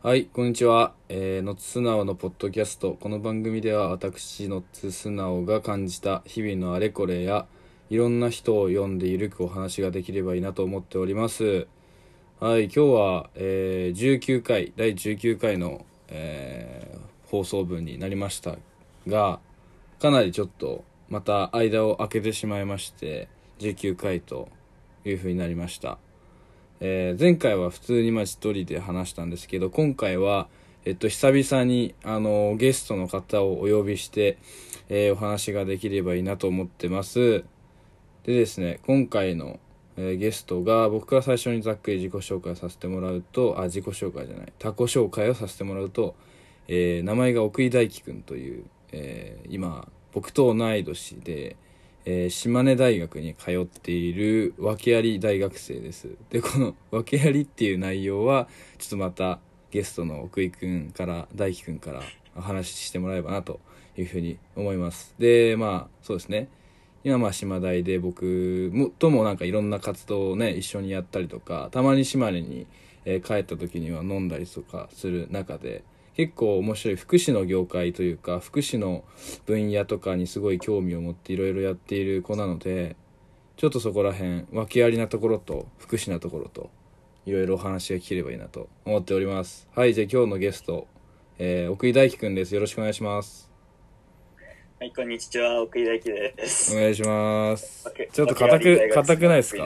はい、こんにちは。ノッツ素直のポッドキャスト。この番組では私、ノッツ素直が感じた日々のあれこれや、いろんな人を読んでゆるくお話ができればいいなと思っております。はい、今日は、19回、第19回の、放送分になりましたが、かなりちょっと、また間を空けてしまいまして、19回という風になりました。前回は普通に一人で話したんですけど、今回は、久々に、ゲストの方をお呼びして、お話ができればいいなと思ってます。でですね、今回の、ゲストが、僕から最初にざっくり自己紹介させてもらうと、自己紹介じゃない、他己紹介をさせてもらうと、名前が奥井大輝くんという、今、僕と同い年で、島根大学に通っている訳あり大学生です。で、この訳ありっていう内容はちょっとまたゲストの奥井くんから大輝くんからお話ししてもらえばなというふうに思います。で、そうですね、今島大で僕ともなんかいろんな活動をね一緒にやったりとか、たまに島根に、帰った時には飲んだりとかする中で、結構面白い福祉の業界というか福祉の分野とかにすごい興味を持っていろいろやっている子なので、ちょっとそこら辺訳ありなところと福祉なところといろいろお話が聞ければいいなと思っております。はい、じゃあ今日のゲスト、奥井大輝くんです。よろしくお願いします。 はい、こんにちは、奥井大輝です。 お願いします。ちょっと硬くないですか？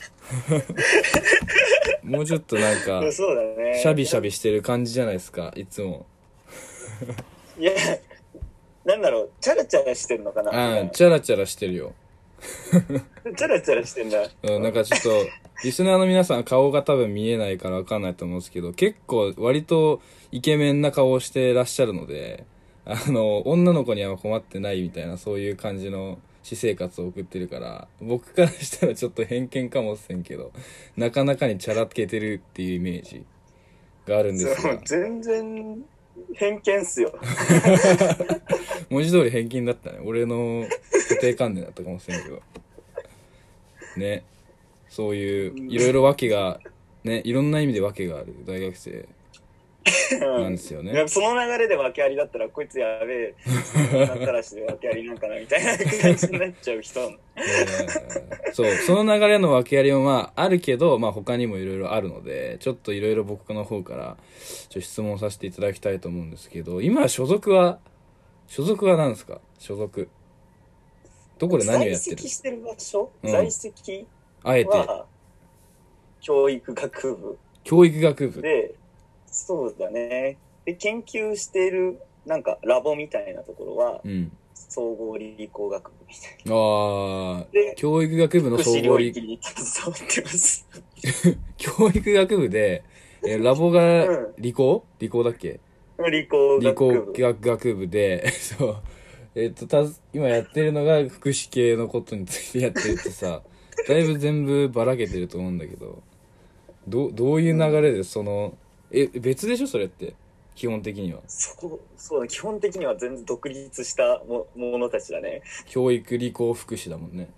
もうちょっとなんかそうだね。 シャビシャビしてる感じじゃないですか、いつも。 いや、なんだろう、チャラチャラしてんのかな。 チャラチャラしてるよ。 チャラチャラしてんだ。 なんかちょっとリスナーの皆さん顔が多分見えないから分かんないと思うんですけど、結構割とイケメンな顔をしてらっしゃるので、女の子には困ってないみたいな、そういう感じの私生活を送ってるから、僕からしたらちょっと偏見かもしれんけど、なかなかにチャラけてるっていうイメージがあるんですが、 全然偏見っすよ。 文字通り偏見だったね。俺の固定観念だったかもしれんけどね。そういういろいろ訳がね、いろんな意味で訳がある大学生なんですよね。 その流れで訳ありだったら、こいつやべえ、なったらしで訳ありなんかなみたいな感じになっちゃう人。 そう、その流れの訳ありもあるけど、他にもいろいろあるので、ちょっといろいろ僕の方から質問させていただきたいと思うんですけど、今所属は何ですか？所属どこで何をやってる？ 在籍してる場所、 在籍あえては教育学部で、そうだね。で、研究している、なんか、ラボみたいなところは、総合理工学部みたいな。で、 教育学部の総合理工に携わってます。 教育学部で、ラボが理工だっけ？ 理工学部で、そう。今やってるのが福祉系のことについてやってるってさ、だいぶ全部ばらけてると思うんだけど、どういう流れで別でしょそれって、基本的には。 そう、基本的には全然独立したものたちだね。 教育理工福祉だもんね。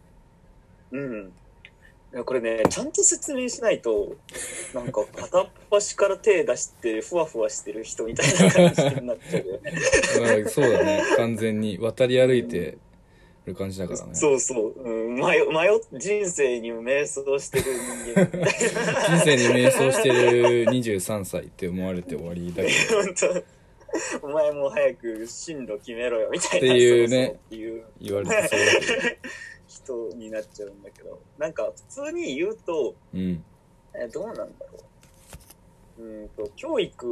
いやこれね、ちゃんと説明しないと、なんか片っ端から手出してふわふわしてる人みたいな感じになっちゃうよね。 そうだね、完全に渡り歩いてる感じだからね。 そう、人生に瞑想してる人間みたいな。 人生に瞑想してる23歳って思われて終わりだけどお前も早く進路決めろよみたいなっていうね、 言われてそうだけど人になっちゃうんだけど、なんか普通に言うと、どうなんだろう。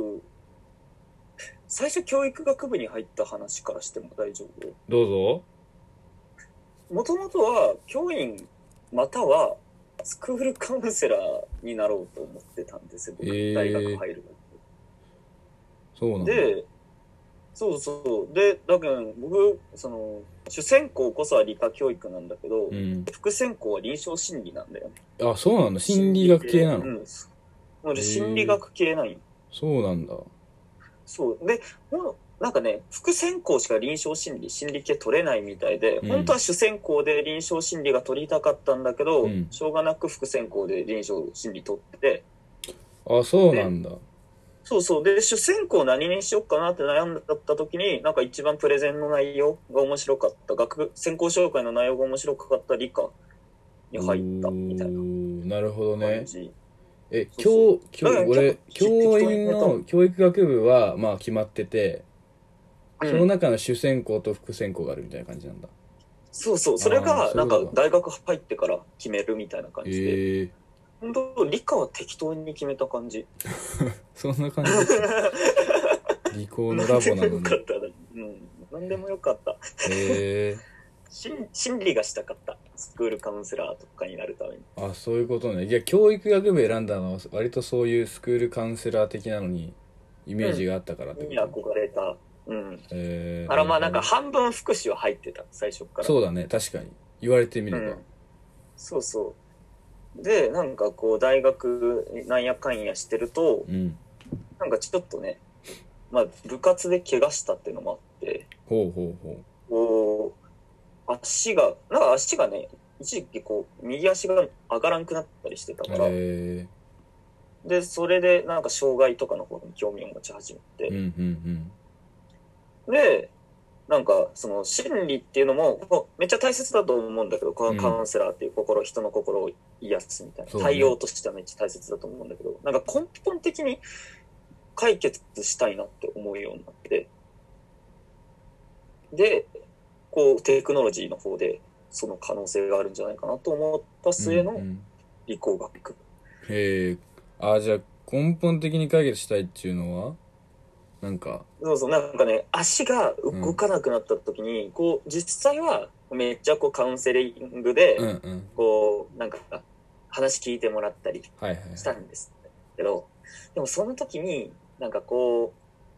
最初教育学部に入った話からしても大丈夫？ どうぞ。 もともとは教員またはスクールカウンセラーになろうと思ってたんですよ、僕、大学入る。 そうなんだ。 で、で、だけど僕、主専攻こそは理科教育なんだけど、副専攻は臨床心理なんだよね。 あ、そうなんだ。心理学系なの？ 俺心理学系なんよ。 そうなんだ。 そうで、なんかね、副専攻しか臨床心理系取れないみたいで、本当は主専攻で臨床心理が取りたかったんだけど、しょうがなく副専攻で臨床心理取ってて。 あ、そうなんだ。 そうそう。で、主選考何にしようかなって悩んだ時に、なんか一番プレゼンの内容が面白かった、専攻紹介の内容が面白かった理科に入ったみたいな。 なるほどね。俺、教育学部は、まあ決まってて、その中の主専攻と副専攻があるみたいな感じなんだ。 そうそう。それが、なんか大学入ってから決めるみたいな感じで。本当理科は適当に決めた感じ。 そんな感じ理工のラボなのに。 なんでもよかった。心理がしたかった。スクールカウンセラーとかになるために。 あ、そういうことね。いや、教育学部選んだのは割とそういうスクールカウンセラー的なのにイメージがあったからってこと。 に憧れた。まあなんか半分福祉は入ってた、最初から。 そうだね、確かに。言われてみれば。 そうそう。で、なんかこう大学なんやかんやしてると、なんかちょっとね、まあ部活で怪我したっていうのもあって、足がね、一時期こう右足が上がらんくなったりしてたから、でそれでなんか障害とかの方に興味を持ち始めて、でなんかその心理っていうのもめっちゃ大切だと思うんだけど、このカウンセラーっていう人の心を癒すみたいな、対応としてはめっちゃ大切だと思うんだけど、なんか根本的に解決したいなって思うようになって、でこうテクノロジーの方でその可能性があるんじゃないかなと思った末の理工学部。 へえ。じゃあ根本的に解決したいっていうのはなんかなんかね、足が動かなくなった時に、こう実際はめっちゃこうカウンセリングで、こうなんか話聞いてもらったりしたんですけど、でもその時になんかこう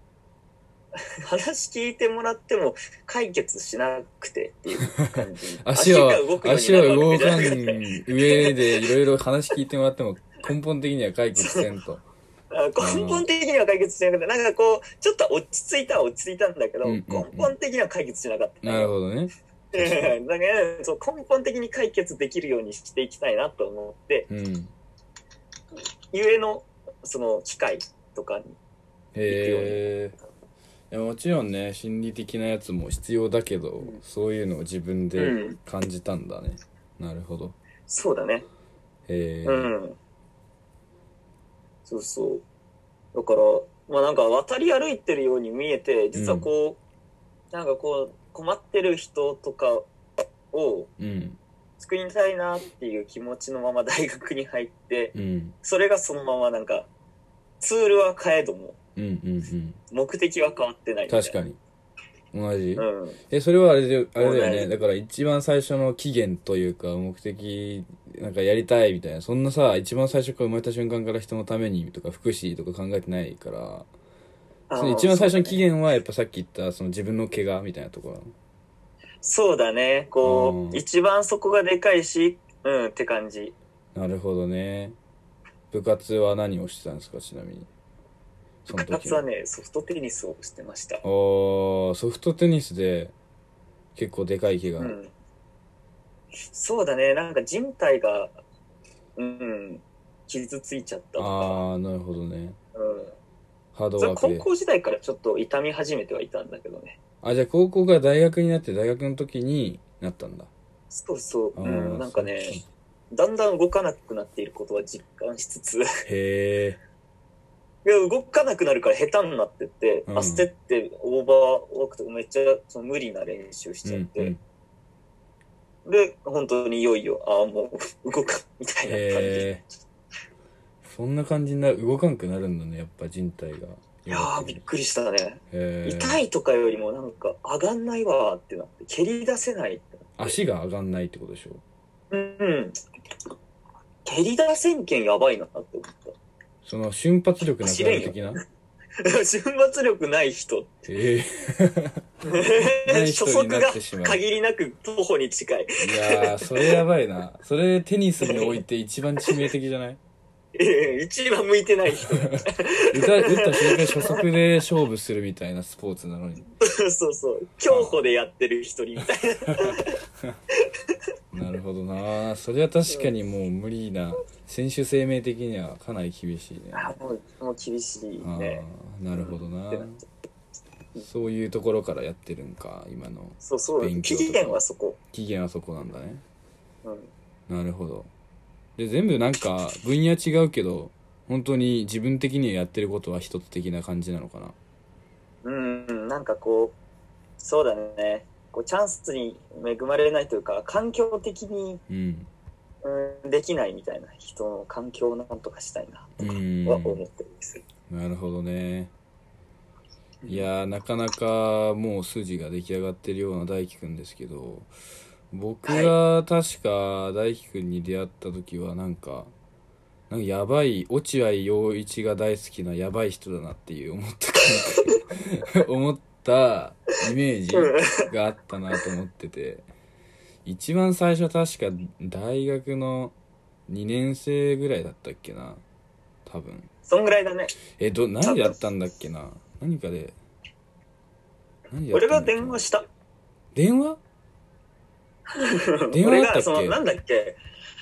話聞いてもらっても解決しなくてっていう感じ。 足は動かん上でいろいろ話聞いてもらっても根本的には解決せんと。 根本的には解決しなくて、なんかこうちょっと落ち着いたんだけど、根本的には解決しなかった。 なるほどね。 だからそう根本的に解決できるようにしていきたいなと思って、ゆえのその機会とかに行くようになった。 いやもちろんね、心理的なやつも必要だけど、そういうのを自分で感じたんだね。なるほど。 そうだね。そうそう。だからまあなんか渡り歩いてるように見えて、実はこう、なんかこう困ってる人とかを救いたいなっていう気持ちのまま大学に入って、それがそのままなんかツールは変えども、目的は変わってないみたいな。 確かに同じ、それはあれだよね。だから一番最初の期限というか目的なんかやりたいみたいな、そんなさ一番最初から生まれた瞬間から人のためにとか福祉とか考えてないから、その一番最初の期限はやっぱさっき言ったその自分の怪我みたいなところ。 そうだね。こう一番そこがでかいし、って感じ。 なるほどね。部活は何をしてたんですか、ちなみに。 部活はね、ソフトテニスをしてました。 ソフトテニスで結構でかい怪我。 そうだね。なんか人体が傷ついちゃったとか。 なるほどね。ハードワークで。 高校時代からちょっと痛み始めてはいたんだけどね。 じゃあ高校から大学になって大学の時になったんだ。 そうそう。なんかね、だんだん動かなくなっていることは実感しつつ。 へー。 いや動かなくなるから下手になってって、焦ってオーバーワークとかめっちゃその無理な練習しちゃって、で本当にいよいよもう動かんみたいな感じ。 そんな感じになる、動かんくなるんだね、やっぱ人体が。 いやーびっくりしたね。痛いとかよりもなんか上がんないわーってなって、蹴り出せないってなって。 足が上がんないってことでしょ。 蹴り出せんけんやばいなって思った。 その瞬発力なくなる的な。 瞬発力ない人。初速が限りなく徒歩に近い。 いやー、それやばいな。それテニスにおいて一番致命的じゃない？ 一番向いてない人。打った瞬間初速で勝負するみたいなスポーツなのに。 そうそう。競歩でやってる人みたいな。 なるほどな。それは確かにもう無理な、選手生命的にはかなり厳しいね。 もう厳しいね。 なるほどな。そういうところからやってるんか、今の勉強とか。期限はそこ。 期限はそこなんだね。なるほど。で、全部なんか分野違うけど、本当に自分的にはやってることは一つ的な感じなのかな。 なんかこう、そうだね。こうチャンスに恵まれないというか、環境的に、できないみたいな人の環境をなんとかしたいなとかは思ってるんですよ。 なるほどね。いやー、なかなかもう筋が出来上がってるような大輝くんですけど、僕が確か大輝くんに出会った時はなんかやばい、落合陽一が大好きなやばい人だなっていう思ったイメージがあったなと思ってて、一番最初確か大学の2年生ぐらいだったっけな、多分。 そんぐらいだね。 何でやったんだっけな、何で俺が電話した。 電話俺がなんだっけ、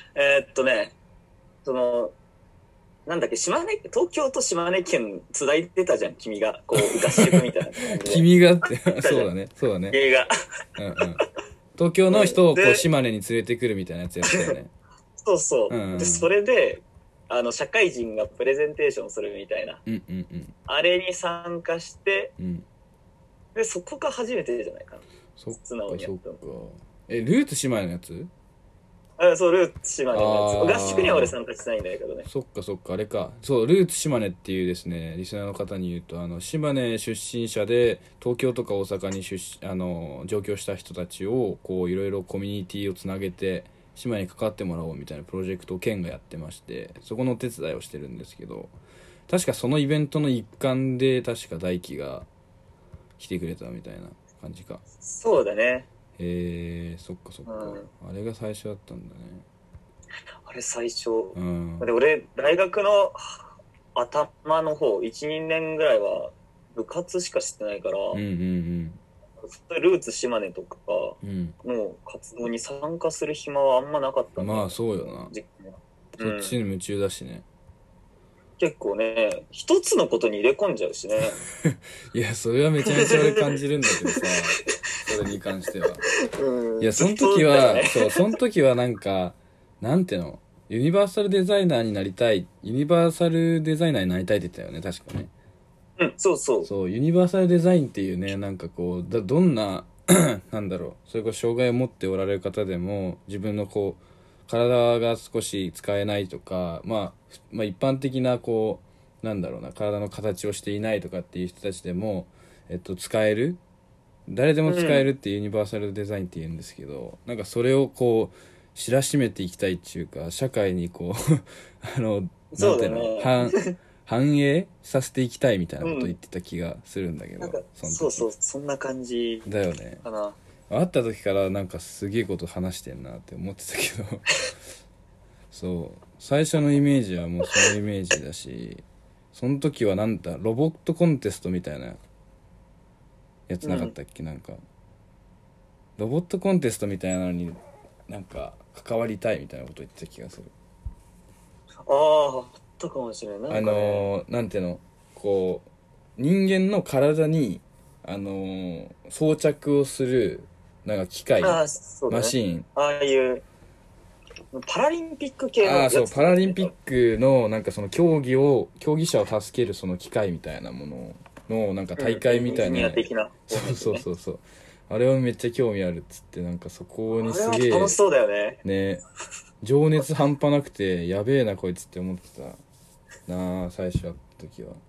なんだっけ、東京と島根県つないでたじゃん、君が。こう、合宿みたいな感じで。 君がって、そうだね。 映画。 東京の人をこう島根に連れてくるみたいなやつやったよね。 そう。で、それで、社会人がプレゼンテーションするみたいな。あれに参加して、で、そこが初めてじゃないかな。素直にやったの。 ルーツ島根のやつ？ そう、ルーツ島根のやつ。合宿には俺参加してないんだけどね。 そっか、あれか。そう、ルーツ島根っていうですね、リスナーの方に言うと、島根出身者で、東京とか大阪に上京した人たちを、こう、いろいろコミュニティをつなげて、島根に関わってもらおうみたいなプロジェクトを県がやってまして、そこのお手伝いをしてるんですけど、確かそのイベントの一環で、確か大輝が来てくれたみたいな感じか。 そうだね。 そっか、あれが最初だったんだね。 あれ最初、で俺大学の頭の方 1,2 年ぐらいは部活しかしてないから、ルーツ島根とかの活動に参加する暇はあんまなかったんだ。 まあそうよな、そっちに夢中だしね。 結構ね、一つのことに入れ込んじゃうしね。 いや、それはめちゃめちゃ俺感じるんだけどさ、それに関しては。いや、その時はなんか、なんていうの、ユニバーサルデザイナーになりたい、ユニバーサルデザイナーになりたいって言ったよね、確かね。 そう。 そう、ユニバーサルデザインっていうね、なんかこう、どんな、なんだろう、それこそ障害を持っておられる方でも、自分のこう、体が少し使えないとか、まあ一般的なこうなんだろうな、体の形をしていないとかっていう人たちでも使える、誰でも使えるっていうユニバーサルデザインっていうんですけど、なんかそれをこう知らしめていきたいっていうか、社会にこうなんていうの、反映させていきたいみたいなことを言ってた気がするんだけど、 そんな感じだよね。 かな。 会った時からなんかすげえこと話してんなって思ってたけどそう最初のイメージはもうそのイメージだし、その時はなんだ、ロボットコンテストみたいなやつなかったっけ、なんかロボットコンテストみたいなのになんか関わりたいみたいなこと言ってた気がする。 あったかもしれない。 なんていうの、こう人間の体に装着をするなんか機械、マシーン、 ああいうパラリンピック系のやつ、 そう、パラリンピックのなんかその競技者を助けるその機械みたいなもののなんか大会みたいな、そうあれはめっちゃ興味あるっつって、なんかそこにすげえ楽しそうだよね。 情熱半端なくてやべえなこいつって思ってたなあ、最初会った時は。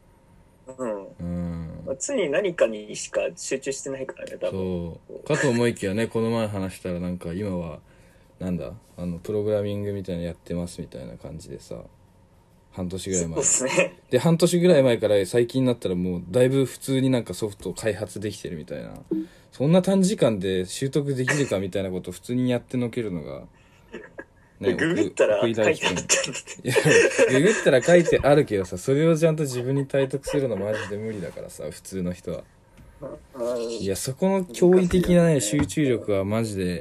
常に何かにしか集中してないからね、多分。そうかと思いきやね、この前話したらなんか今はなんだ、プログラミングみたいなのやってますみたいな感じでさ、半年ぐらい前。 そうですね。 で、半年ぐらい前から最近になったらもうだいぶ普通になんかソフトを開発できてるみたいな、そんな短時間で習得できるかみたいなことを普通にやってのけるのが、 ね、ググったら書いてあった。いや、ググったら書いてあるけどさ、それをちゃんと自分に体得するのマジで無理だからさ、普通の人は。いや、そこの驚異的なね、集中力はマジで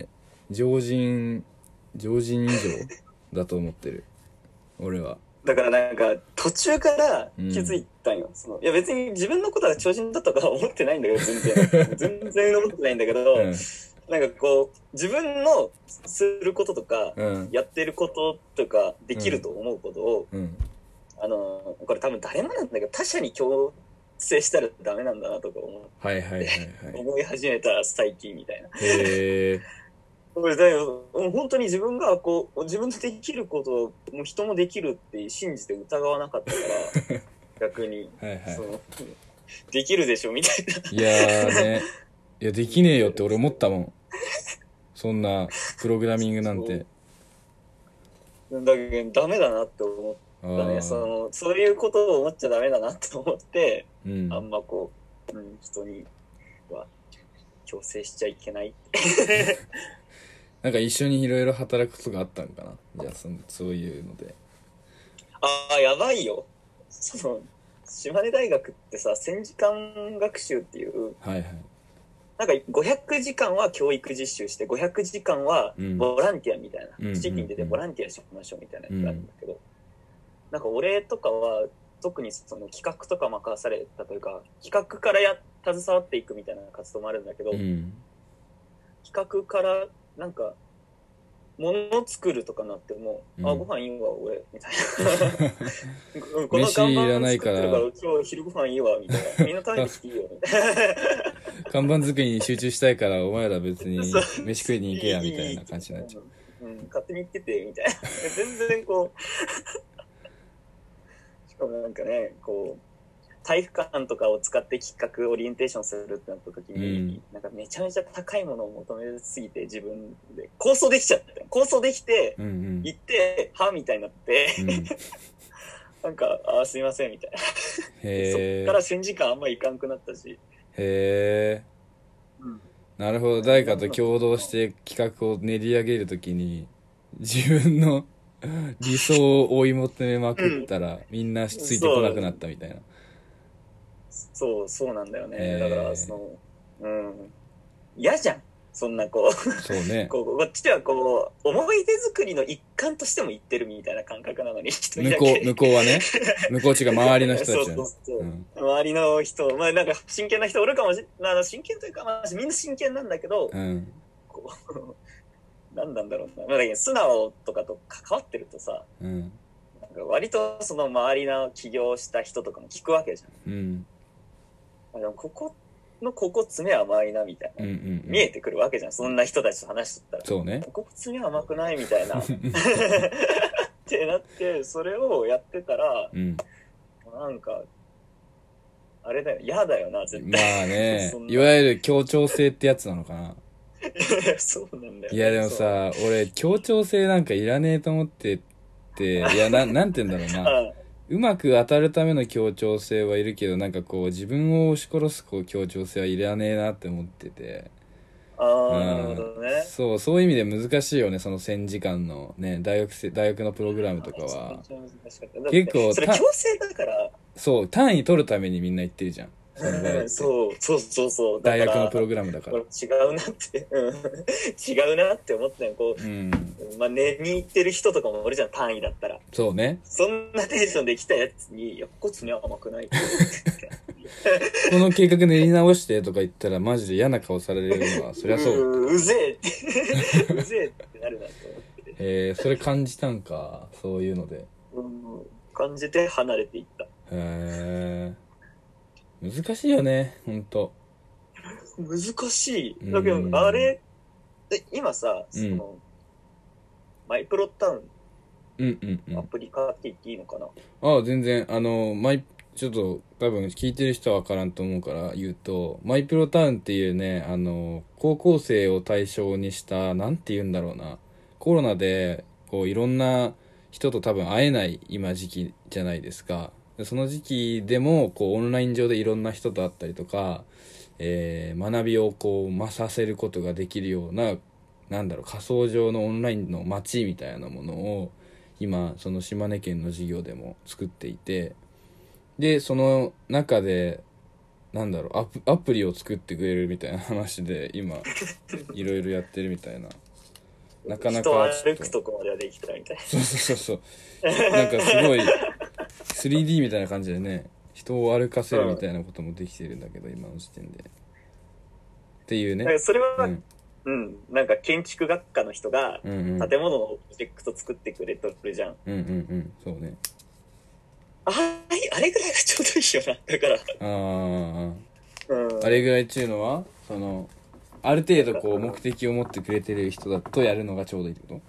常人以上だと思ってる俺は。 だからなんか途中から気づいたんよ、いや別に自分のことは超人だとかは思ってないんだけど全然思ってないんだけど、なんかこう自分のすることとか、やってることとかできると思うことを、これ多分誰もなんだけど他者に強制したらダメなんだなとか思って思い始めた最近みたいな。これだよ、本当に自分がこう自分のできることをもう人もできるって信じて疑わなかったから逆にできるでしょみたいな。 いやーね、いやできねえよって俺思ったもんそんなプログラミングなんて。 だけどダメだなって思ったね。そういうことを思っちゃダメだなって思って、あんまこう、人には強制しちゃいけないってなんか一緒にいろいろ働くことがあったのかな。じゃあそういうので。 やばいよ。島根大学ってさ、1000時間学習っていう、なんか500時間は教育実習して500時間はボランティアみたいな、地域に出てボランティアしましょうみたいなやつがあるんだけど、なんか俺とかは特にその企画とか任されたというか、企画から携わっていくみたいな活動もあるんだけど、企画からなんか物を作るとかなっても、ご飯いいわ俺みたいなこの看板作ってるから今日昼ご飯いいわみたいな、みんな食べてきていいよみたいな看板作りに集中したいからお前ら別に飯食いに行けやみたいな感じになっちゃう。 勝手に行っててみたいな全然こうしかもなんかね、こう体育館とかを使って企画オリエンテーションするってなった時に、なんかめちゃめちゃ高いものを求めすぎて自分で構想できちゃった。構想できて、行ってはみたいになって、なんかすいませんみたいなそっから1000時間あんまいかんくなったし。 なるほど。誰かと共同して企画を練り上げるときに自分の理想を追い求めまくったら、みんなついてこなくなったみたいな。 そうなんだよね。だから嫌じゃん。そんなこうそうねこっちではこう思い出作りの一環としても言ってるみたいな感覚なのに向こうはね向こうちが周りの人たち周りの人、なんか真剣な人おるかもしれない。真剣というか、みんな真剣なんだけど、こう何なんだろうな、だけど素直とかと関わってるとさ、なんか割とその周りの起業した人とかも聞くわけじゃん。でもここ爪甘いなみたいな、見えてくるわけじゃん。そんな人たちと話しとったら、 そうね、 ここ爪甘くないみたいなってなって、それをやってたら、なんかあれだよ、嫌だよな絶対。 まあねいわゆる協調性ってやつなのかなそうなんだよ、 いやでもさ、俺協調性なんかいらねえと思ってて、いやなんて言うんだろうなうまく当たるための協調性はいるけど、なんかこう自分を押し殺す協調性はいらねえなって思ってて。 なるほどね。 そういう意味で難しいよね。その1000時間のね、大学のプログラムとかは結構それ強制だから。 そう、単位取るためにみんな言ってるじゃん。 そう大学のプログラムだから。 違うなって違うなって思ったよ。こう、寝に行ってる人とかもおるじゃん、単位だったら。 そうね。 そんなテンションで来たやつに、いや、ここ爪甘くないこの計画練り直してとか言ったらマジで嫌な顔されるのはそりゃそう。 うぜえってなるなと思って。 それ感じたんか、そういうので。 感じて離れていった。 難しいよね、ほんと。 難しい。だけど、あれ、今さ、マイプロタウン、アプリ買っていっていいのかな？ 全然、ちょっと多分聞いてる人は分からんと思うから言うと、マイプロタウンっていうね、高校生を対象にした、なんて言うんだろうな、コロナで、こういろんな人と多分会えない今時期じゃないですか。その時期でもこうオンライン上でいろんな人と会ったりとか、学びをこう増させることができるような、仮想上のオンラインの街みたいなものを今その島根県の事業でも作っていて、でその中でアプリを作ってくれるみたいな話で今いろいろやってるみたいななかなか人歩くとこまではできたみたいな。 そうそうそうそうなんかすごい 3D みたいな感じでね、人を歩かせるみたいなこともできてるんだけど、今の時点でっていうね。 それは、なんか建築学科の人が建物のオブジェクト作ってくれとるじゃん。 そうね。 あれぐらいがちょうどいいよな。だからあれぐらいっていうのはそのある程度こう目的を持ってくれてる人だとやるのがちょうどいいってこと？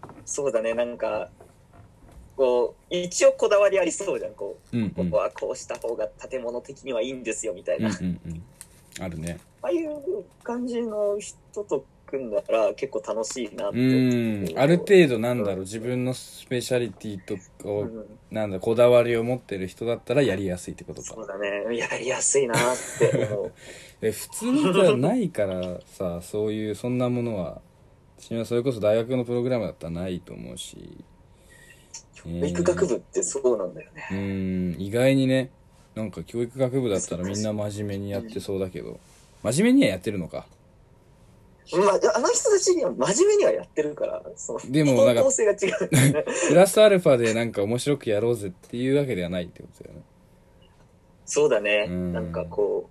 そうだね。なんかこう一応こだわりありそうじゃん。ここはこうした方が建物的にはいいんですよみたいな。 あるね。 ああいう感じの人と組んだら結構楽しいなって。 ある程度なんだろう、自分のスペシャリティとかを、なんだこだわりを持ってる人だったらやりやすいってことか。 そうだね。やりやすいなって思う。 普通の人はないからさ、そういうそんなものは私はそれこそ大学のプログラムだったらないと思うし。 教育学部ってそうなんだよね。 意外にね、なんか教育学部だったらみんな真面目にやってそうだけど、真面目にはやってるのか。 あの人たちには真面目にはやってるから、 でもなんか方向性が違う、ね、 プラスアルファでなんか面白くやろうぜっていうわけではないってことだよね。そうだね。なんかこ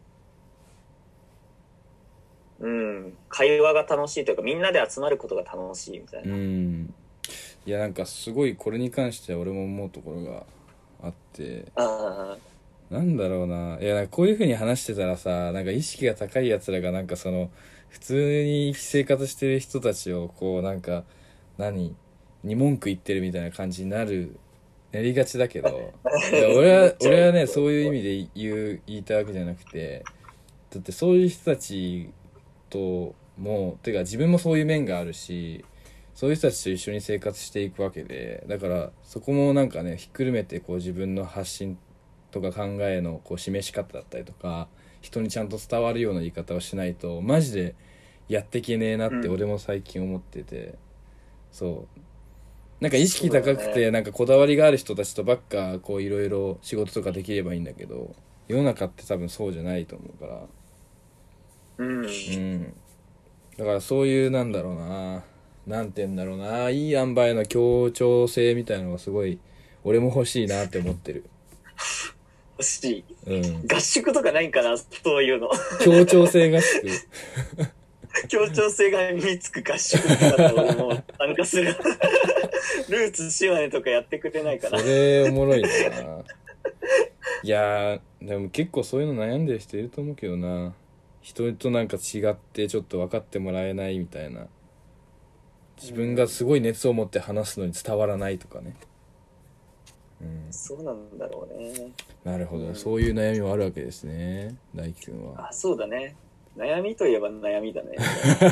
う、会話が楽しいというか、みんなで集まることが楽しいみたいな。 いやなんかすごいこれに関しては俺も思うところがあって、なんだろうな、いやなんかこういう風に話してたらさ、なんか意識が高いやつらがなんかその普通に生活してる人たちをこうなんかに文句言ってるみたいな感じになりがちだけど俺はねそういう意味で言いたいわけじゃなくて、だってそういう人たちともてか自分もそういう面があるし、そういう人たちと一緒に生活していくわけで、だからそこもなんかねひっくるめてこう自分の発信とか考えのこう示し方だったりとか、人にちゃんと伝わるような言い方をしないとマジでやってけねえなって俺も最近思ってて、そうなんか意識高くてなんかこだわりがある人たちとばっかこういろいろ仕事とかできればいいんだけど、世の中って多分そうじゃないと思うから、だからそういうなんだろうな、なんて言うんだろうな、いい塩梅の協調性みたいなのがすごい俺も欲しいなって思ってる。 欲しい、合宿とかないんかな、そういうの。 協調性合宿協調性が身につく合宿とかだと俺も参加する。ルーツ島根とかやってくれないかな。 それおもろいな。いやでも結構そういうの悩んでる人いると思うけどな、人となんか違ってちょっと分かってもらえないみたいな、自分がすごい熱を持って話すのに伝わらないとかね。 そうなんだろうね。 なるほど、そういう悩みもあるわけですね、大輝くんは。 そうだね。悩みといえば悩みだね。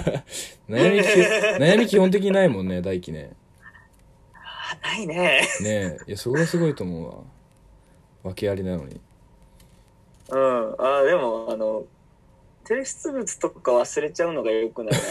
悩み基本的にないもんね、大輝ね。 ないね。 ねえ、いやそこがすごいと思うわ。訳ありなのに。でも提出物とか忘れちゃうのが良くないな。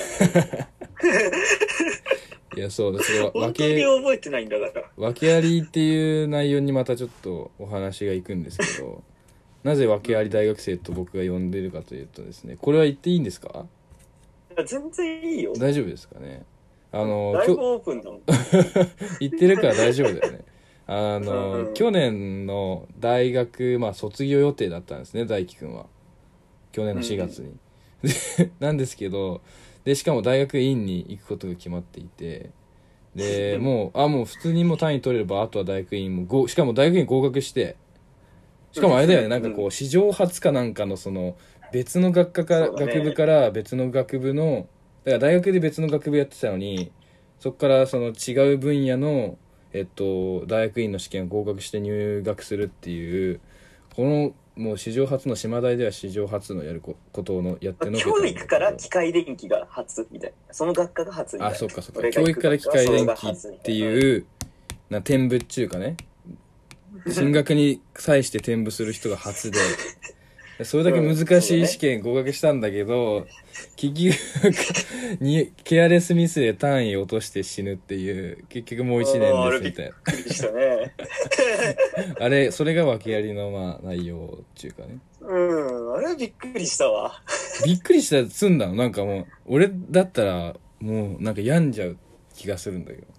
いやそうだ、それは本当に覚えてないんだから。 訳ありっていう内容にまたちょっとお話がいくんですけど、なぜ訳あり大学生と僕が呼んでるかというとですね、これは言っていいんですか？ 全然いいよ。 大丈夫ですかね。 だいぶオープンだもん。 言ってるから大丈夫だよね。去年の大学、卒業予定だったんですね、大輝くんは。去年の4月に。なんですけど、で、しかも大学院に行くことが決まっていて、で、もう普通にもう単位取れれば、あとは大学院しかも大学院合格して、しかもあれだよね、なんかこう、史上初かなんかのその、別の学部から別の学部の、だから大学で別の学部やってたのに、そこからその違う分野の、大学院の試験を合格して入学するっていう、この、もう史上初の島大では史上初のやることのやってのけた。 教育から機械電気が初みたいな。その学科が初みたいな。 そっか。教育から機械電気っていう、転部っていうかね、進学に際して転部する人が初で、それだけ難しい試験合格したんだけど、結局ケアレスミスで単位落として死ぬっていう、結局もう1年ですみたいな。 びっくりしたね。 あれ、それが訳ありの内容っていうかね。 あれはびっくりしたわ。 びっくりしたら済んだの。なんかもう、俺だったらもうなんか病んじゃう気がするんだけど。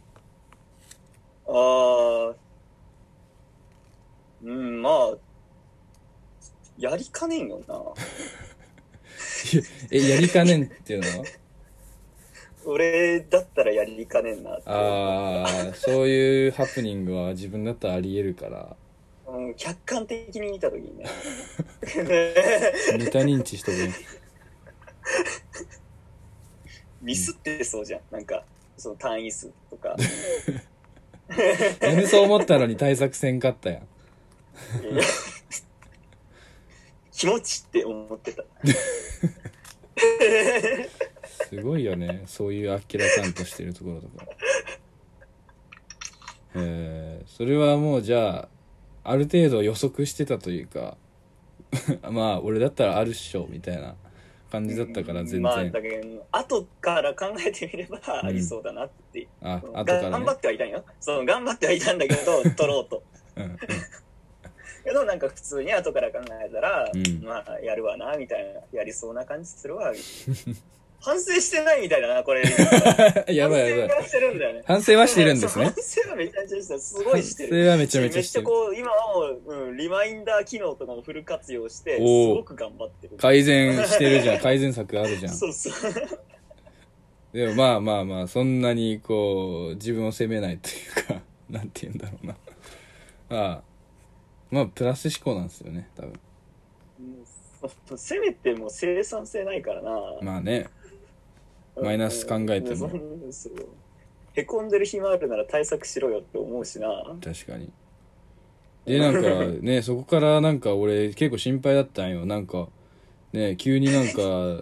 まあやりかねんよな。 やりかねんっていうのは俺だったらやりかねんなって。 そういうハプニングは自分だったらあり得るから、 客観的に見た時にねメタ認知しとくね。 ミスってそうじゃん、なんかその単位数とかなんでそう思ったのに対策せんかったやん。 気持ちって思ってたすごいよね、そういうあっけらかんとしてるところとか。それはもうじゃあある程度予測してたというかまあ俺だったらあるっしょみたいな感じだったから全然。 まあだけど後から考えてみればありそうだなって、 後から、ね、 頑張ってはいたんよ。頑張ってはいたんだけど取ろうとけどなんか普通に後から考えたら、まあやるわなみたいな、やりそうな感じするわ反省してないみたいだなこれやばいやばい、 反省はしてるんだよね。 反省はしてるんですね。 反省はめちゃめちゃしてる、すごいしてる。 反省はめちゃめちゃしてる。 めっちゃこう今はもう、リマインダー機能とかもフル活用してすごく頑張ってる。 改善してるじゃん改善策あるじゃん。 そうでもまあそんなにこう自分を責めないというかなんて言うんだろうな。まあプラス思考なんですよね多分。 せめても生産性ないからな。 まあね、マイナス考えても、 へこんでる暇あるなら対策しろよって思うしな。 確かに。でなんかねそこからなんか俺結構心配だったんよ。なんかね急になんか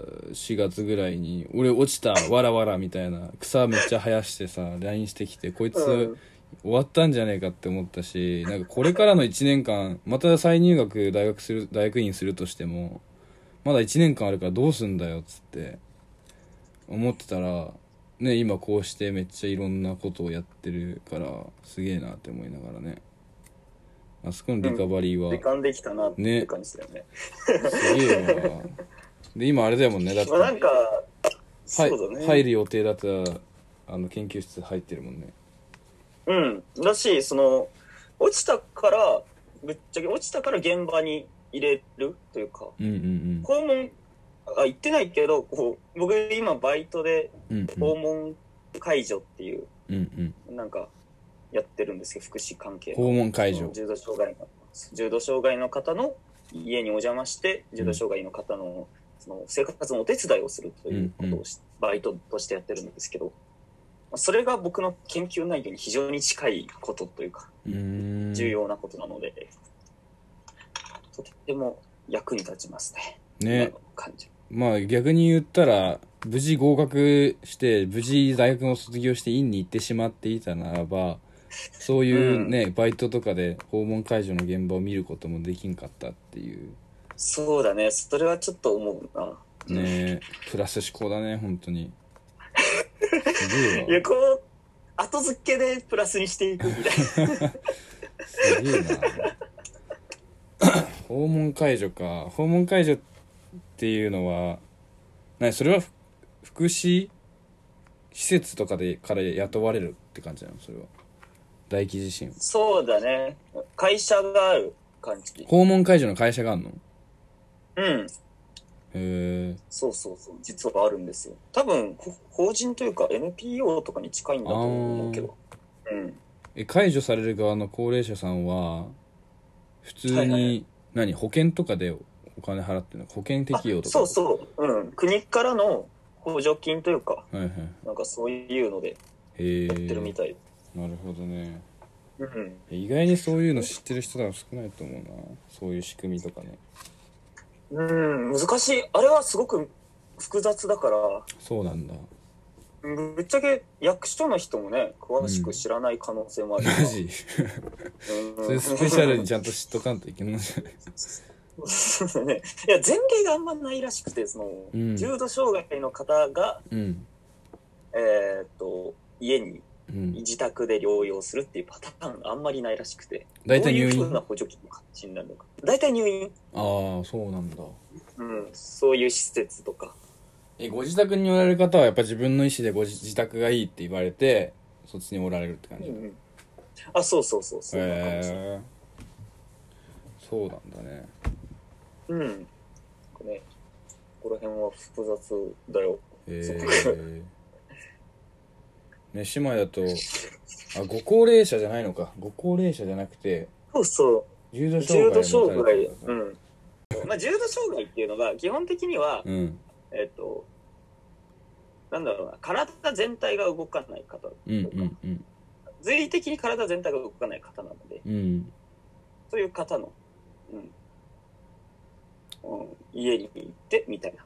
4月ぐらいに俺落ちたわらわらみたいな草めっちゃ生やしてさ LINE してきて、こいつ終わったんじゃねえかって思ったし、なんかこれからの1年間また再入学大学院するとしてもまだ1年間あるからどうすんだよっつって思ってたらね、今こうしてめっちゃいろんなことをやってるからすげえなって思いながらね、あそこのリカバリーは時間できたなって感じだよね。 すげえわ。で今あれだもんね、だってなんかそうだね、 入る予定だった研究室入ってるもんね。 だし落ちたからぶっちゃけ落ちたから現場に入れるというか、訪問行ってないけど僕今バイトで訪問介助っていう、なんかやってるんですけど、福祉関係の訪問介助、 重度障害の方の家にお邪魔して重度障害の方のその生活のお手伝いをするということをバイトとしてやってるんですけど、それが僕の研究内容に非常に近いことというか重要なことなので、とても役に立ちますね。感じ。 まあ逆に言ったら無事合格して無事大学を卒業して院に行ってしまっていたならば、そういうね、バイトとかで訪問介助の現場を見ることもできんかったっていう。 そうだね、それはちょっと思うな。 ねプラス思考だね本当に。すげえわ。 いや後付けでプラスにしていくみたいな。 すげえな。訪問介助か。訪問介助っていうのはそれは福祉施設とかでから雇われるって感じなの？それは大輝自身。 そうだね、会社がある感じ。 訪問介助の会社があるの？ へえ。そう実はあるんですよ。多分法人というか NPO とかに近いんだと思うけど。 介助される側の高齢者さんは普通に、保険とかでお金払ってるの？保険適用とか？ 国からの補助金というか、なんかそういうのでやってるみたい。 なるほどね。意外にそういうの知ってる人は少ないと思うな、そういう仕組みとかね。 難しい。あれはすごく複雑だから。 そうなんだ。 ぶっちゃけ役所の人もね詳しく知らない可能性もある。 マジそれスペシャルにちゃんと知っとかんといけないんじゃない？ いや前例があんまないらしくて、重度障害の方が、家に自宅で療養するっていうパターンがあんまりないらしくて、 大体入院？ どういう風な補助金の形になるのか。大体入院。 ああそうなんだ。 そういう施設とかご自宅におられる方はやっぱ自分の意思で自宅がいいって言われてそっちにおられるって感じ、 うんうん、あ、そうそうそうそう、 そうなんだね。 うん。ね、ここら辺は複雑だよ。 ね、姉妹だとご高齢者じゃないのか。ご高齢者じゃなくて、 そうそう。 重度障害。 うん。まあ、重度障害っていうのが基本的には、 うん、 なんだろうな、体全体が動かない方とか、随意的に体全体が動かない方なので、そういう方の、家に行ってみたいな。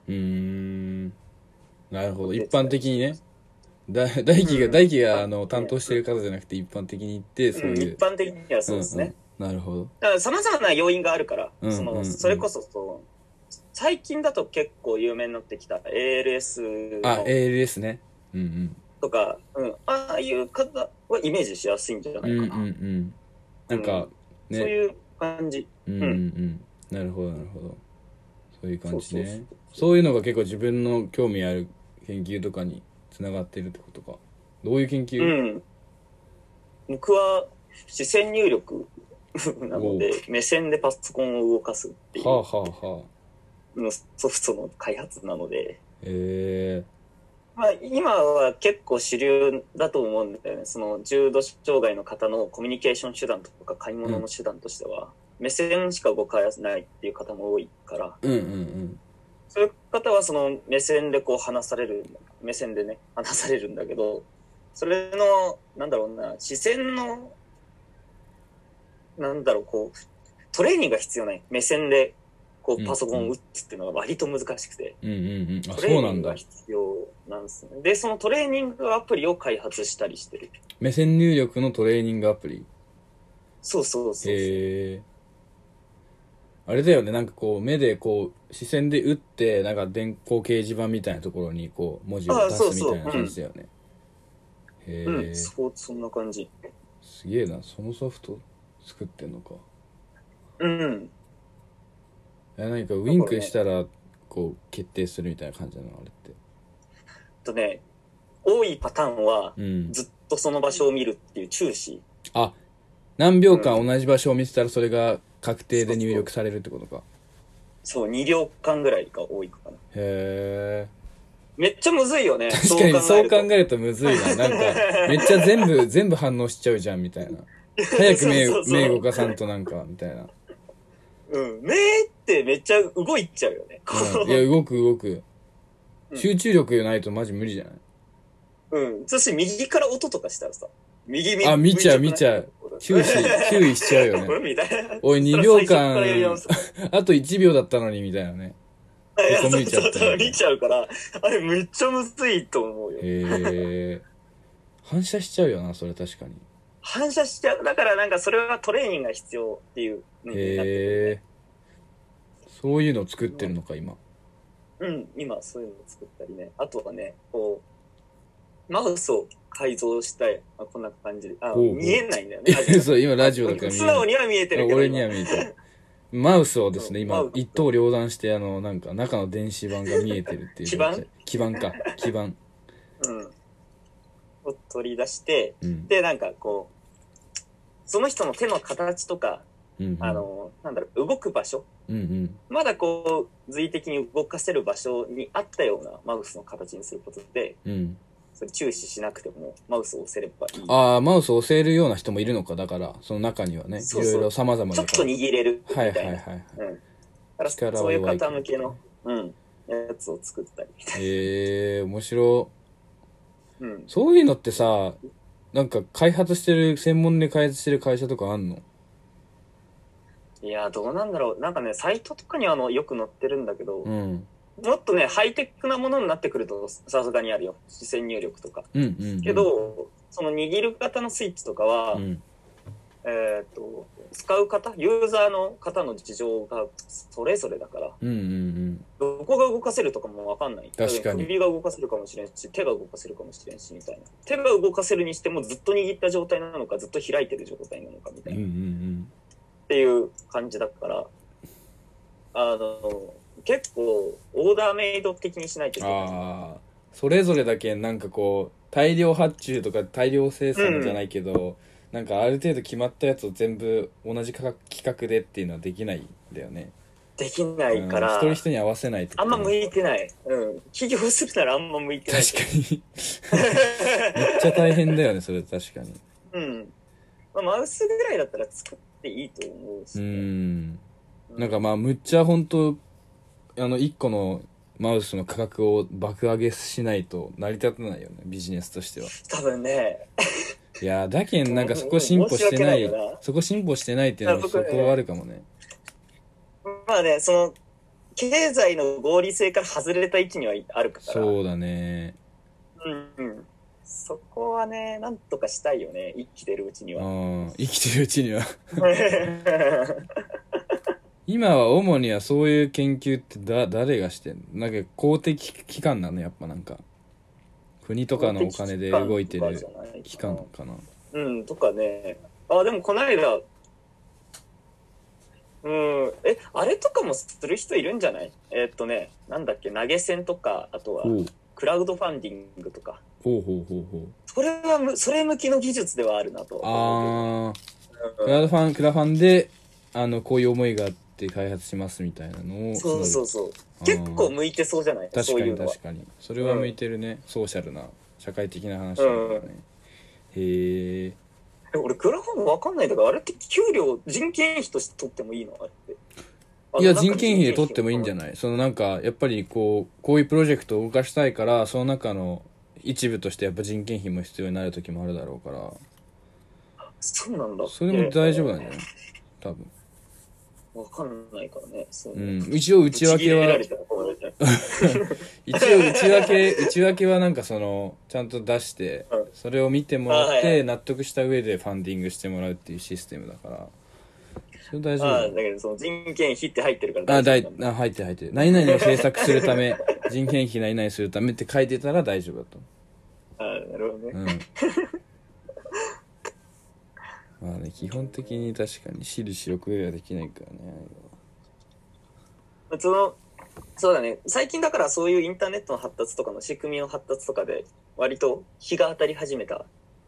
なるほど。一般的にね。大輝が担当してる方じゃなくて一般的に言ってそういう、 一般的にはそうですね、 なるほど。 だから様々な要因があるから、それこそ最近だと結構有名になってきた ALS の ALS ね、 とか、ああいう方はイメージしやすいんじゃないかな。 なんか、ね、 そういう感じ。 なるほどなるほど。そういう感じね。そういうのが結構自分の興味ある研究とかにつながってるってことか。どういう研究？ 僕は視線入力なので目線でパソコンを動かすっていうのソフトの開発なので、まあ、今は結構主流だと思うんだよね。その重度障害の方のコミュニケーション手段とか買い物の手段としては、目線しか動かないっていう方も多いから、そういう方はその目線でこう話されるんだけど、それのなんだろうな、視線のなんだろう、こうトレーニングが必要ない。目線でこうパソコンを打つっていうのが割と難しくて、トレーニングが必要なんですね。で、そのトレーニングアプリを開発したりしてる。 目線入力のトレーニングアプリ。 そう。 あれだよね、なんかこう目でこう視線で打ってなんか電光掲示板みたいなところにこう文字を出すみたいな感じだよね。 そんな感じ。 すげえな、そのソフト作ってんのか。何かウインクしたらこう決定するみたいな感じなの、あれって。 多いパターンはずっとその場所を見るっていう注視。 何秒間同じ場所を見てたらそれが確定で入力されるってことか。 そう、2秒間ぐらいが多いかな。めっちゃむずいよね。 確かにそう考えるとむずいな。なんかめっちゃ全部反応しちゃうじゃんみたいな。早く目動かさんとなんかみたいな。 目ってめっちゃ動いちゃうよね。 いや動く。集中力ないとマジ無理じゃない？ そして右から音とかしたらさ、見ちゃう。注意しちゃうよね。おい、2秒間、あと1秒だったのに、みたいなね。 見ちゃうから、あれめっちゃむずいと思うよ。 反射しちゃうよな、それ確かに。 反射しちゃう。だからなんかそれはトレーニングが必要っていうのになってる、ね。 そういうのを作ってるのか、今。 今そういうのを作ったりね。あとはね、こう、マウスを改造したい。こんな感じで。見えないんだよね。 そう、今ラジオだから見えない。素直には見えてるけど。 俺には見えてる。マウスをですね、今、一刀両断して、なんか、中の電子板が見えてるっていう。基板。 を取り出して、で、なんかこう、その人の手の形とか、なんだろう、動く場所、まだこう、随意的に動かせる場所にあったようなマウスの形にすることで、それ注視しなくてもマウスを押せればいい。 マウスを押せるような人もいるのか。だからその中にはね、いろいろ様々なちょっと握れるみたいな。だからそういう方向けのやつを作ったりみたいな。 面白。そういうのってさ、なんか専門で開発してる会社とかあんの？ いや、どうなんだろう。なんかね、サイトとかにはよく載ってるんだけど、もっとね、ハイテクなものになってくるとさすがにあるよ。視線入力とか。けど、その握る型のスイッチとかは、使う方、ユーザーの方の事情がそれぞれだから、どこが動かせるとかもわかんない。 確かに。 首が動かせるかもしれんし、手が動かせるかもしれんし、みたいな。手が動かせるにしてもずっと握った状態なのか、ずっと開いてる状態なのか、みたいな。っていう感じだから、 結構オーダーメイド的にしないといけない。 ああ、それぞれだけなんかこう大量発注とか大量生産じゃないけど、なんかある程度決まったやつを全部同じ規格でっていうのはできないんだよね。 できないから、 一人一人に合わせないと、 あんま向いてない。起業するならあんま向いてない。 確かにめっちゃ大変だよね、それ確かに。 マウスぐらいだったら作っていいと思うし、 ね。なんかむっちゃ本当1個のマウスの価格を爆上げしないと成り立たないよね、ビジネスとしては。 多分ね。 いやだけんなんかそこ進歩してない、そこ進歩してないっていうのはそこはあるかもね。 まあね、その経済の合理性から外れた位置にはあるから。 そうだね。 そこはね、なんとかしたいよね、生きてるうちには。 生きてるうちには今は主にはそういう研究って誰がしてんの？なんか公的機関なの？やっぱなんか国とかのお金で動いてる機関かな。 とかね。でもこの間あれとかもする人いるんじゃない？なんだっけ、投げ銭とか、あとはクラウドファンディングとか。それ向きの技術ではあるなと思うけど。 クラファンでこういう思いがあって開発しますみたいなのを。 そう結構向いてそうじゃない？ 確かに確かにそれは向いてるね、ソーシャルな社会的な話だからね。へえ。 俺クラファン分かんないだから、あれって給料人件費として取ってもいいの？あれっていや人件費で取ってもいいんじゃない？そのなんかやっぱりこういうプロジェクトを動かしたいから、その中の一部としてやっぱ人件費も必要になる時もあるだろうから。 そうなんだ。 それも大丈夫なんじゃない？多分分かんないからね。 一応内訳は内訳はなんかそのちゃんと出して、それを見てもらって納得した上でファンディングしてもらうっていうシステムだから、それ大丈夫。 だけどその人件費って入ってるから大丈夫なんだ。 入ってる。何々を制作するため人件費何々するためって書いてたら大丈夫だと。 なるほどね。 まあね、基本的に確かに私利私欲はできないからね。 そうだね。最近だからそういうインターネットの発達とかの仕組みの発達とかで割と日が当たり始めた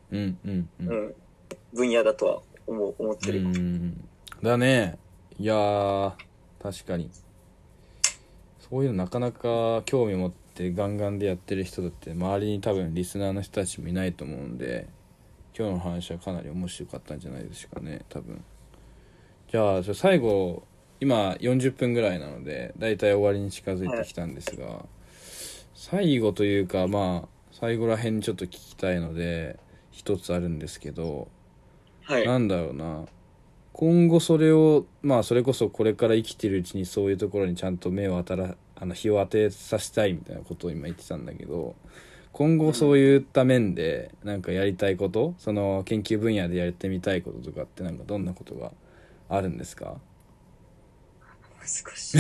分野だとは思ってる。 だね。いやー確かにそういうのなかなか興味持ってガンガンでやってる人だって周りに多分リスナーの人たちもいないと思うんで、今日の話はかなり面白かったんじゃないですかね、多分。じゃあ最後、今40分ぐらいなのでだいたい終わりに近づいてきたんですが、最後というか最後らへんにちょっと聞きたいので一つあるんですけど、なんだろうな、今後それをそれこそこれから生きてるうちにそういうところにちゃんと日を当てさせたいみたいなことを今言ってたんだけど、今後そういった面でなんかやりたいこと、その研究分野でやってみたいこととかってなんかどんなことがあるんですか？ 難しい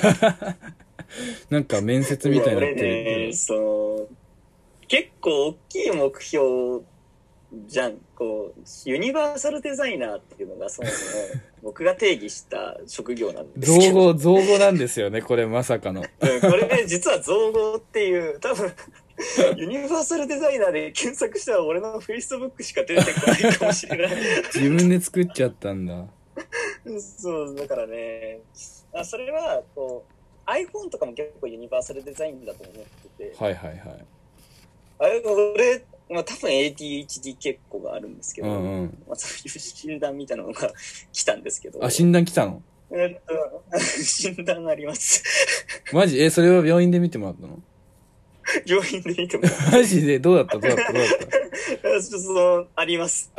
なんか面接みたいになってるけど、結構大きい目標じゃん。ユニバーサルデザイナーっていうのがそもそも僕が定義した職業なんですけど造語なんですよね、これまさかの。 これね、実は造語っていう、多分ユニバーサルデザイナーで検索したら俺のフェイスブックしか出てこないかもしれない自分で作っちゃったんだ。 そうだからね、それはiPhone とかも結構ユニバーサルデザインだと思ってて、 はい俺多分 ADHD 結構があるんですけど、そういう診断みたいなのが来たんですけど。 診断来たの？ 診断ありますマジ？それは病院で見てもらったの？ 病院で見てもらったマジで？どうだったあります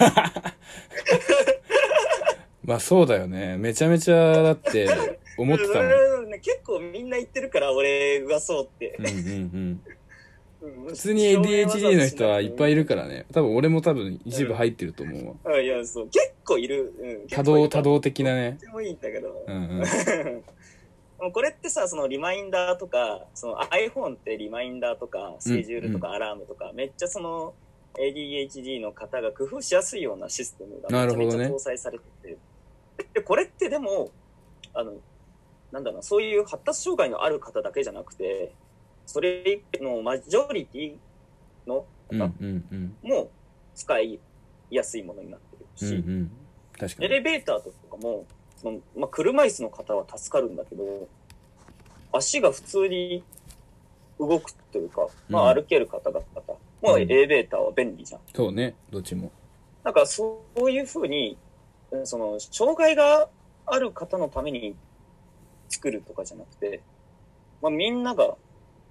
そうだよね、めちゃめちゃだって思ってたもん結構みんな言ってるから俺はそうって普通に ADHD の人はいっぱいいるからね。多分一部入ってると思うわ。 いやそう結構いる、 多動的なね。 でもいいんだけど、これってさ、そのリマインダーとか、その iPhone ってリマインダーとかスケジュールとかアラームとか、めっちゃその ADHD の方が工夫しやすいようなシステムがめちゃめちゃ搭載されてて、でこれってでもなんだろう、そういう発達障害のある方だけじゃなくて、それのマジョリティの方も使いやすいものになってるし、 うんうん、確かにエレベーターとかも車椅子の方は助かるんだけど、足が普通に動くというか、歩ける方々もエレベーターは便利じゃん。 そうね、どっちも。 なんかそういうふうに、その障害がある方のために作るとかじゃなくて、みんなが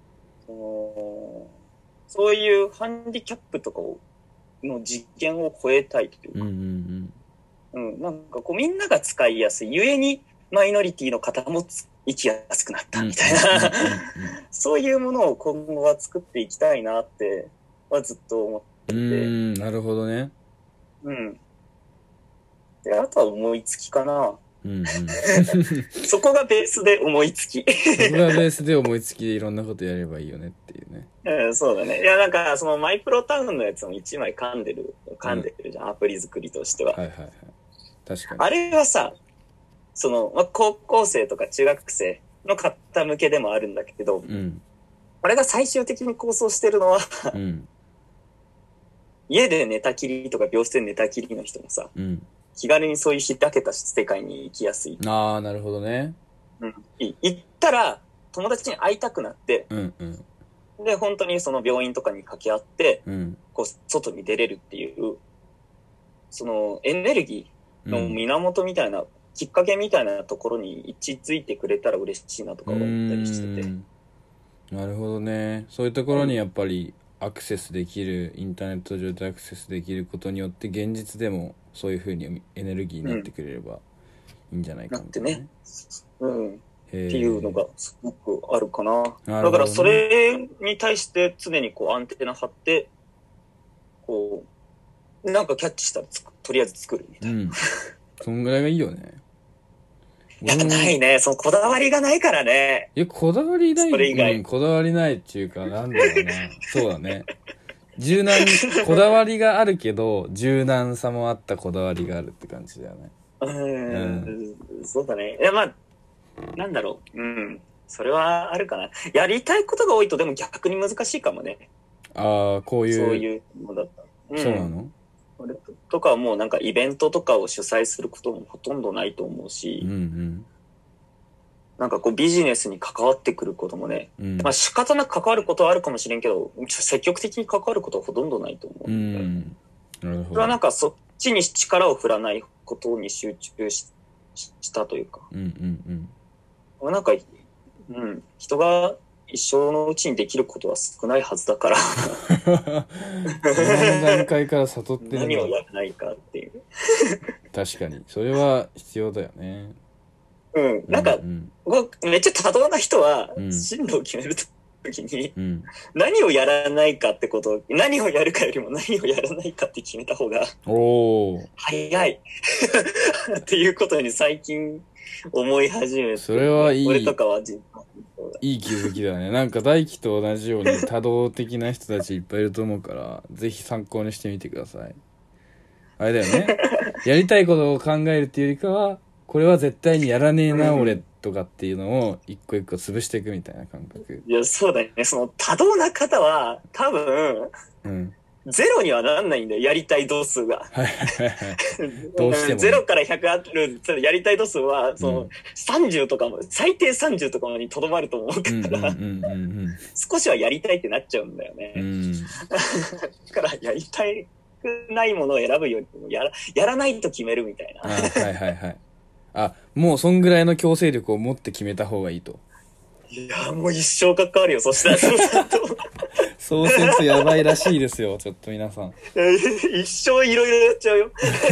そういうハンディキャップとかの実験を超えたいというか、なんかこうみんなが使いやすいゆえにマイノリティの方も生きやすくなったみたいなそういうものを今後は作っていきたいなってはずっと思ってて。 なるほどね。 で、あとは思いつきかな。そこがベースで思いつき。 そこがベースで思いつきでいろんなことやればいいよねっていうね。 そうだね。いや、なんかそのマイプロタウンのやつも一枚噛んでるじゃん、アプリ作りとしては。 はいはいはい。確かに。 あれはさ、高校生とか中学生の方向けでもあるんだけど、あれが最終的に構想してるのは、家で寝たきりとか病室で寝たきりの人もさ、気軽にそういう開けた世界に行きやすい。 ああ、なるほどね。 行ったら友達に会いたくなって、で本当にその病院とかに掛け合って、こう外に出れるっていうそのエネルギーの源みたいな、きっかけみたいなところに位置づいてくれたら嬉しいなとか思ったりしてて。 なるほどね。そういうところにやっぱりアクセスできる、インターネット上でアクセスできることによって現実でもそういう風にエネルギーになってくれればいいんじゃないかみたいな、ね。 っていうのがすごくあるかな。だからそれに対して常にこうアンテナ張って、こう、なんかキャッチしたらとりあえず作るみたいな。 そんぐらいがいいよね。 いや、ないね。そのこだわりがないからね。 いや、こだわりない。 それ以外。 こだわりないっていうか、なんだろうな。そうだね。こだわりがあるけど、柔軟さもあったこだわりがあるって感じだよね。 そうだね。いや、なんだろう。それはあるかな。やりたいことが多いとでも逆に難しいかもね。 ああ、そういうのだった。 そうなの？ 俺とかはもうなんかイベントとかを主催することもほとんどないと思うし、なんかこうビジネスに関わってくることもね、仕方なく関わることはあるかもしれんけど、積極的に関わることはほとんどないと思う。 なるほど。 それはなんかそっちに力を振らないことに集中したというか、なんか、人が一生のうちにできることは少ないはずだからこの段階から悟ってる何をやらないかっていう確かにそれは必要だよね。 なんか、めっちゃ多動な人は進路を決めるときに、何をやらないかってことを、何をやるかよりも何をやらないかって決めた方が早いっていうことに最近思い始めて。 それはいい。 俺とかはいい気づきだね。なんか大輝と同じように多動的な人たちいっぱいいると思うからぜひ参考にしてみてください。あれだよね。やりたいことを考えるっていうよりかはこれは絶対にやらねえな、俺とかっていうのを一個一個潰していくみたいな感覚。 いや、そうだよね。その多動な方は多分、ゼロにはなんないんだよ、やりたい度数が。どうしても、ね。0から100あるやりたい度数は、30とかも、最低30とかまでにとどまると思うから、少しはやりたいってなっちゃうんだよね。だから、やりたくないものを選ぶよりもやらないと決めるみたいな。 もうそんぐらいの強制力を持って決めた方がいいと。 いや、もう一生関わるよ、そしたら。 そうするとやばいらしいですよ、ちょっと皆さん。 一生いろいろやっちゃうよ。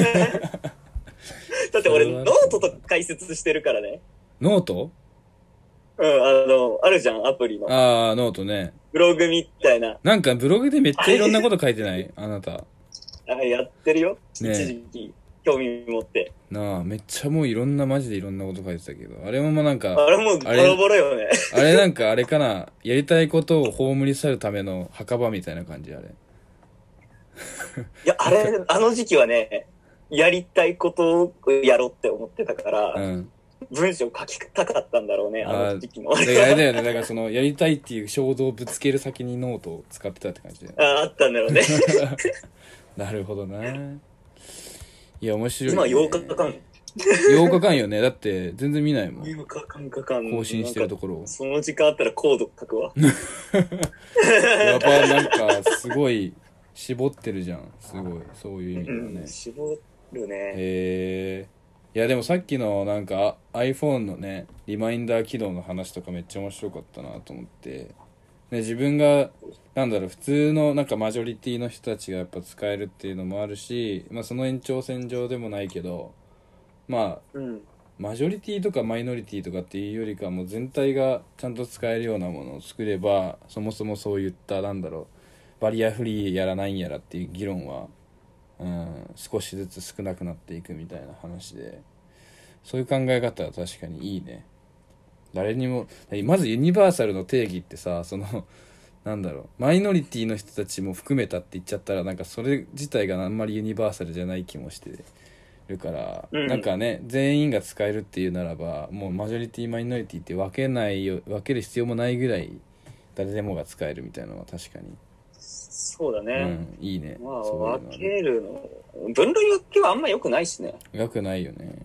だって俺、ノートとか解説してるからね。 ノート？ あるじゃん、アプリの。 ノートね。 ブログみたいな。 なんかブログでめっちゃいろんなこと書いてないあなた。 やってるよ。一時期。興味持ってめっちゃもういろんなマジでいろんなこと書いてたけどあれもなんかあれもボロボロよね。 あれなんかあれかなやりたいことを葬り去るための墓場みたいな感じあれ。 いやあの時期はねやりたいことをやろうって思ってたから、 文章書きたかったんだろうね、あの時期の。 あれだよね、だからその、やりたいっていう衝動をぶつける先にノートを使ってたって感じで。 あったんだろうね。 なるほどな。いや、面白い、 ね。今8日間。 8日間よね。だって全然見ないもん。 8日間更新してるところを。 その時間あったらコード書くわ。 やっぱなんかすごい絞ってるじゃん。すごい。そういう意味ではね。 絞るね。 へえ。いやでもさっきのなんか iPhone のね、リマインダー機能の話とかめっちゃ面白かったなと思って。ね、自分がなんだろう普通のなんかマジョリティの人たちがやっぱ使えるっていうのもあるし、まあその延長線上でもないけど、まあ、マジョリティとかマイノリティとかっていうよりかはもう全体がちゃんと使えるようなものを作れば、そもそもそういったなんだろうバリアフリーやらないんやらっていう議論は、少しずつ少なくなっていくみたいな話で、そういう考え方は確かにいいね。誰にもまずユニバーサルの定義ってさ、そのなんだろうマイノリティの人たちも含めたって言っちゃったらなんかそれ自体があんまりユニバーサルじゃない気もしてるから、なんかね全員が使えるっていうならばもうマジョリティマイノリティって分ける必要もないぐらい誰でもが使えるみたいなのは確かにそうだね、 いいね。 まあ分けるの分類分けはあんま良くないしね。 良くないよね。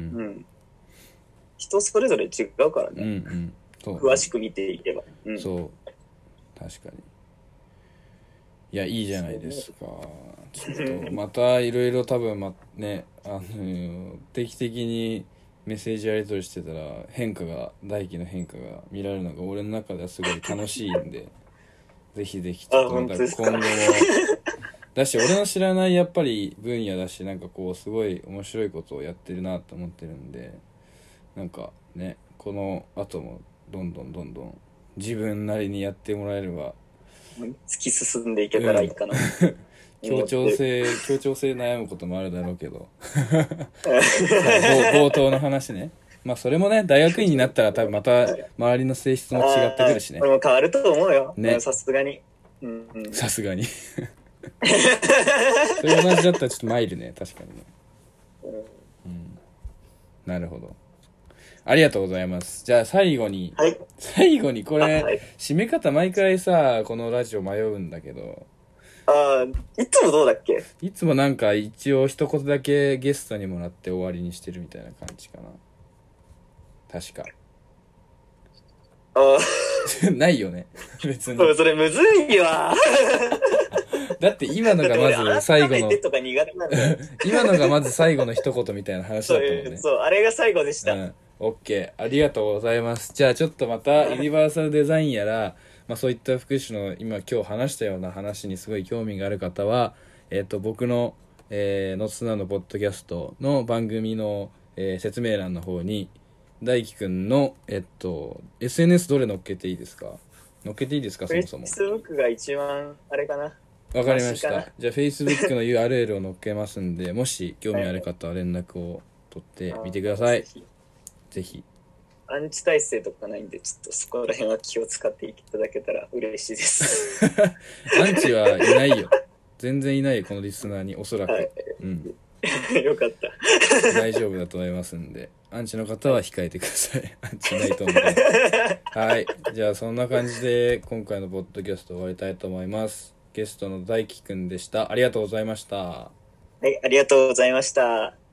人それぞれ違うからね。そうね、詳しく見ていけば、 そう確かに。いやいいじゃないですか。ちょっとまたいろいろ多分ね定期的にメッセージやり取りしてたら大気の変化が見られるのが俺の中ではすごい楽しいんでぜひぜひちょっとまた今後もだし俺の知らないやっぱり分野だしなんかこうすごい面白いことをやってるなと思ってるんで、なんかねこの後もどんどん自分なりにやってもらえれば突き進んでいけたらいいかな、 協調性悩むこともあるだろうけど冒頭の話ね。まあそれもね大学院になったら多分また周りの性質も違ってくるしね。 これも変わると思うよね、さすがに。 さすがにそれ同じだったらちょっとマイルね確かにね。なるほど、ありがとうございます。じゃあ最後にこれ、締め方毎回さこのラジオ迷うんだけど、 いつもどうだっけ？ いつもなんか一応一言だけゲストにもらって終わりにしてるみたいな感じかな確か。ないよね別に。 それむずいわだって今のがまず最後の今のがまず最後の一言みたいな話だったもんね。 そうあれが最後でした。 オッケー、ありがとうございます。じゃあちょっとまたユニバーサルデザインやらそういった福祉の今日話したような話にすごい興味がある方は僕ののつなのポッドキャストの番組の、説明欄の方に大輝くんのSNS どれ乗っけていいですか？そもそも Facebook が一番あれかな。 わかりました。じゃあ Facebook の URL を載っけますんでもし興味ある方は連絡を取ってみてください。ぜひ。 アンチ体制とかないんでちょっとそこら辺は気を使っていただけたら嬉しいですアンチはいないよ全然いないよこのリスナーにおそらく、 よかった大丈夫だと思いますんでアンチの方は控えてくださいアンチないと思うはい、じゃあそんな感じで今回のポッドキャスト終わりたいと思います。ゲストの大輝くんでした。ありがとうございました。 はい、ありがとうございました。